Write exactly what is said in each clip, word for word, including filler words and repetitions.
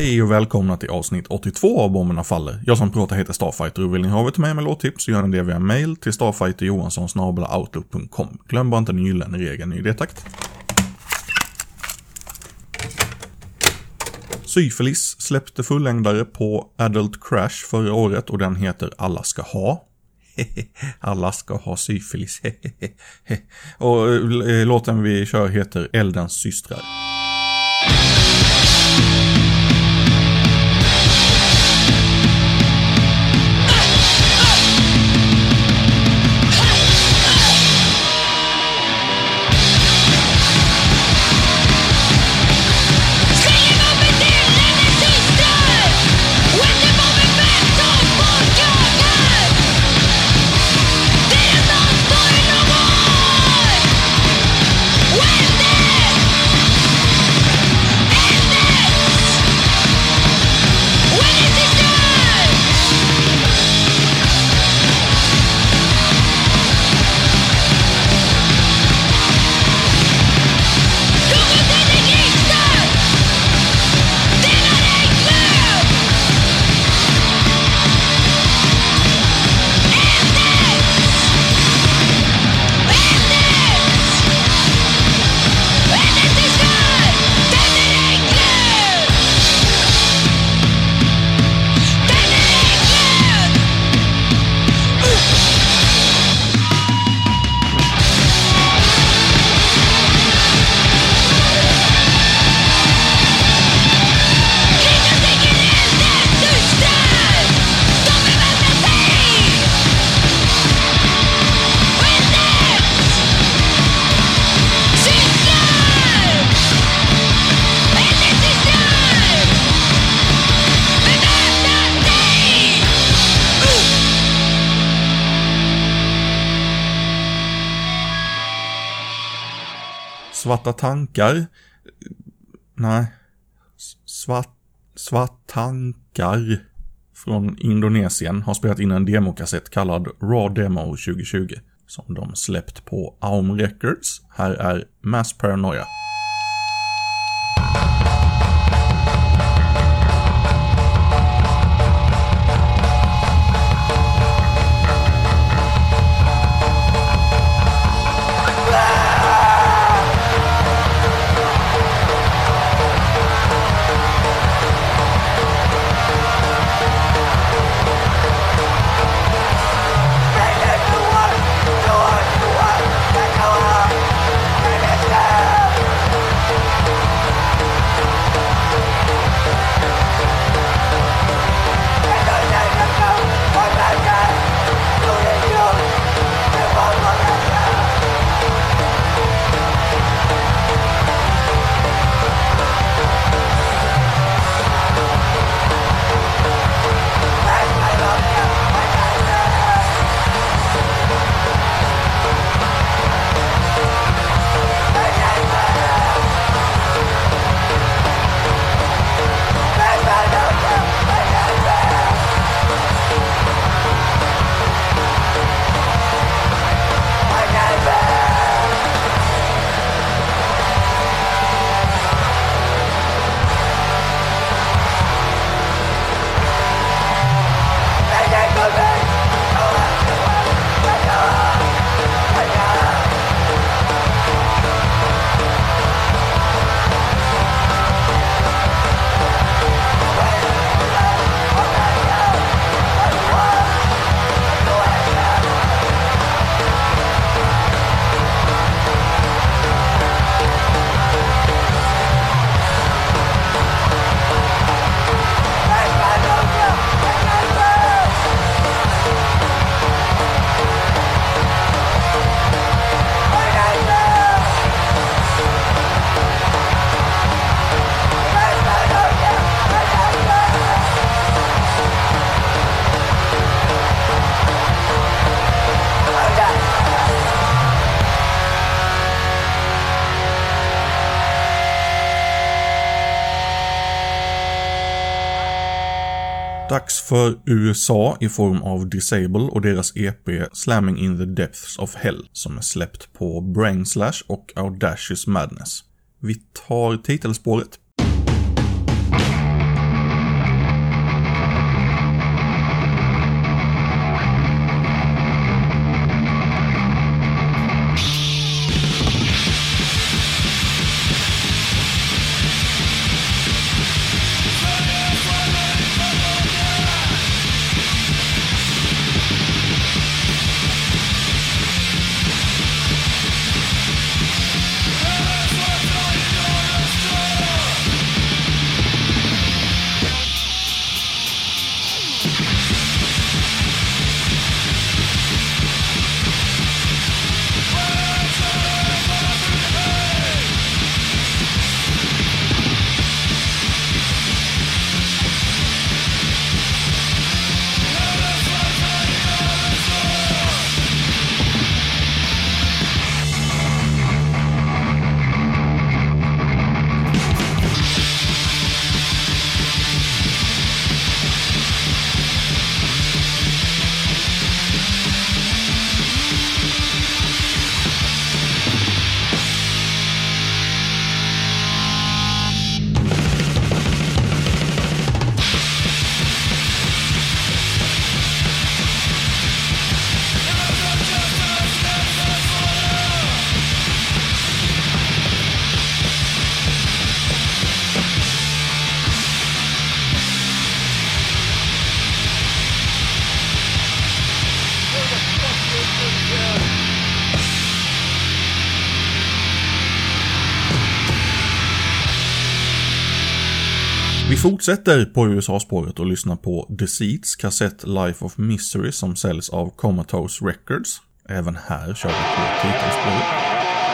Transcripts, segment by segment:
Hej och välkomna till avsnitt åttiotvå av Bomberna Faller. Jag som pratar heter Starfighter och vill ni ha ett med med låttips så gör ni det via mail till starfighterjohansson snabel-a outlook punkt com. Glöm bara inte den gyllene regeln i det takt. Syfilis släppte fullängdare på Adult Crash förra året och den heter Alla ska ha. Alla ska ha syfilis. Och låten vi kör heter Eldens systrar. Svarta tankar. Nej. Svart, svart tankar från Indonesien har spelat in en demokassett kallad Raw Demo tjugo tjugo som de släppt på Aum Records. Här är Mass Paranoia. Dags för U S A i form av Disable och deras E P Slamming in the Depths of Hell som är släppt på Brainslash och Audacious Madness. Vi tar titelspåret. Vi fortsätter på U S A-spåret och lyssnar på Deceits kassett Life of Misery som säljs av Comatose Records. Även här kör vi på titelspåret.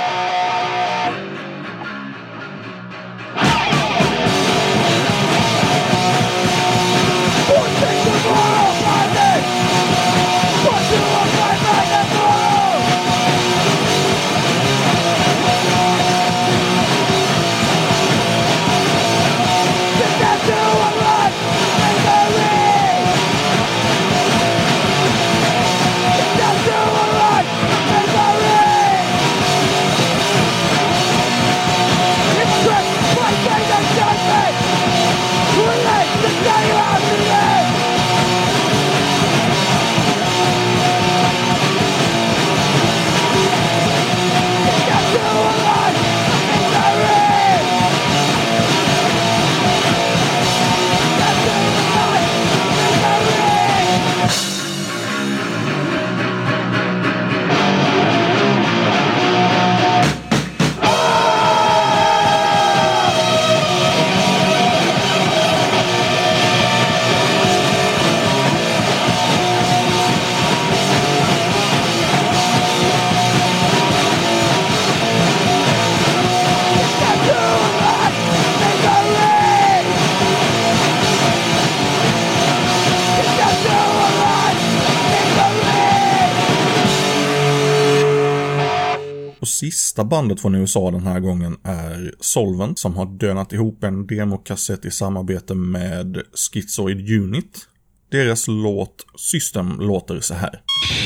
Sista bandet från U S A den här gången är Solvent som har dönat ihop en demokassett i samarbete med Schizoid Unit. Deras låt System låter så här.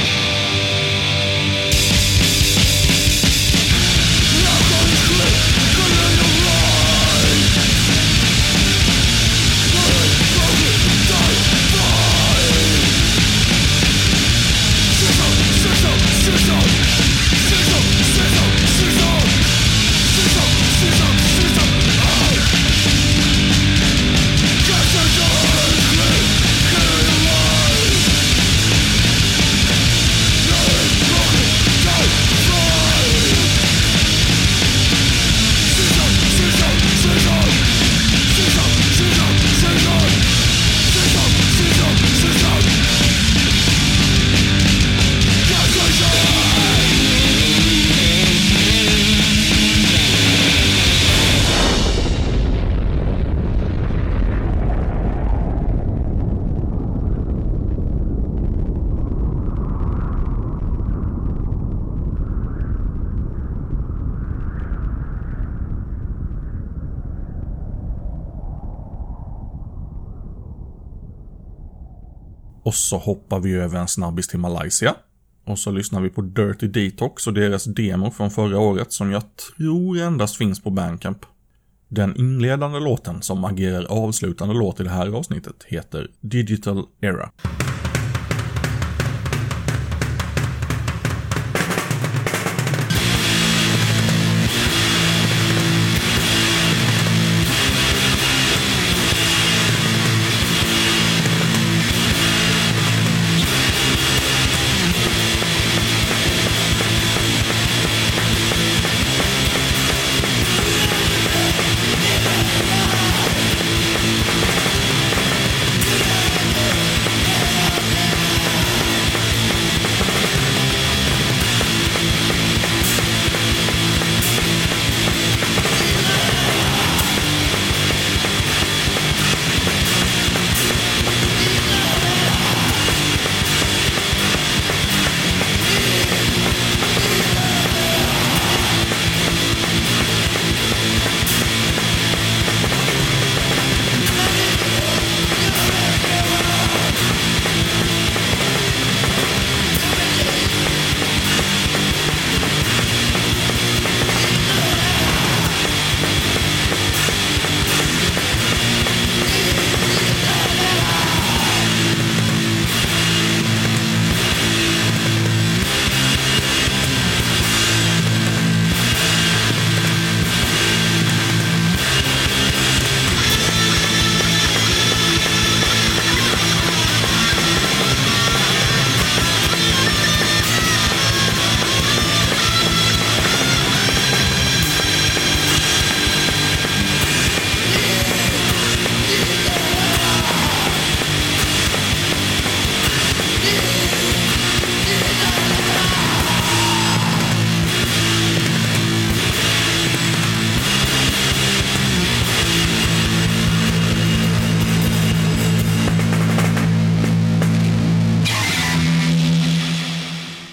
Och så hoppar vi över en snabbis till Malaysia. Och så lyssnar vi på Dirty Detox och deras demo från förra året som jag tror endast finns på Bandcamp. Den inledande låten som agerar avslutande låt i det här avsnittet heter Digital Era.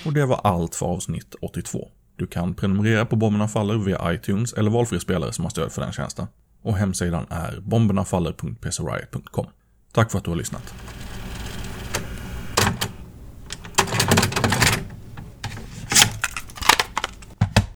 Och det var allt för avsnitt åttiotvå. Du kan prenumerera på Bomberna Faller via iTunes eller valfri spelare som har stöd för den tjänsten. Och hemsidan är bombernafaller punkt p c riot punkt com. Tack för att du har lyssnat.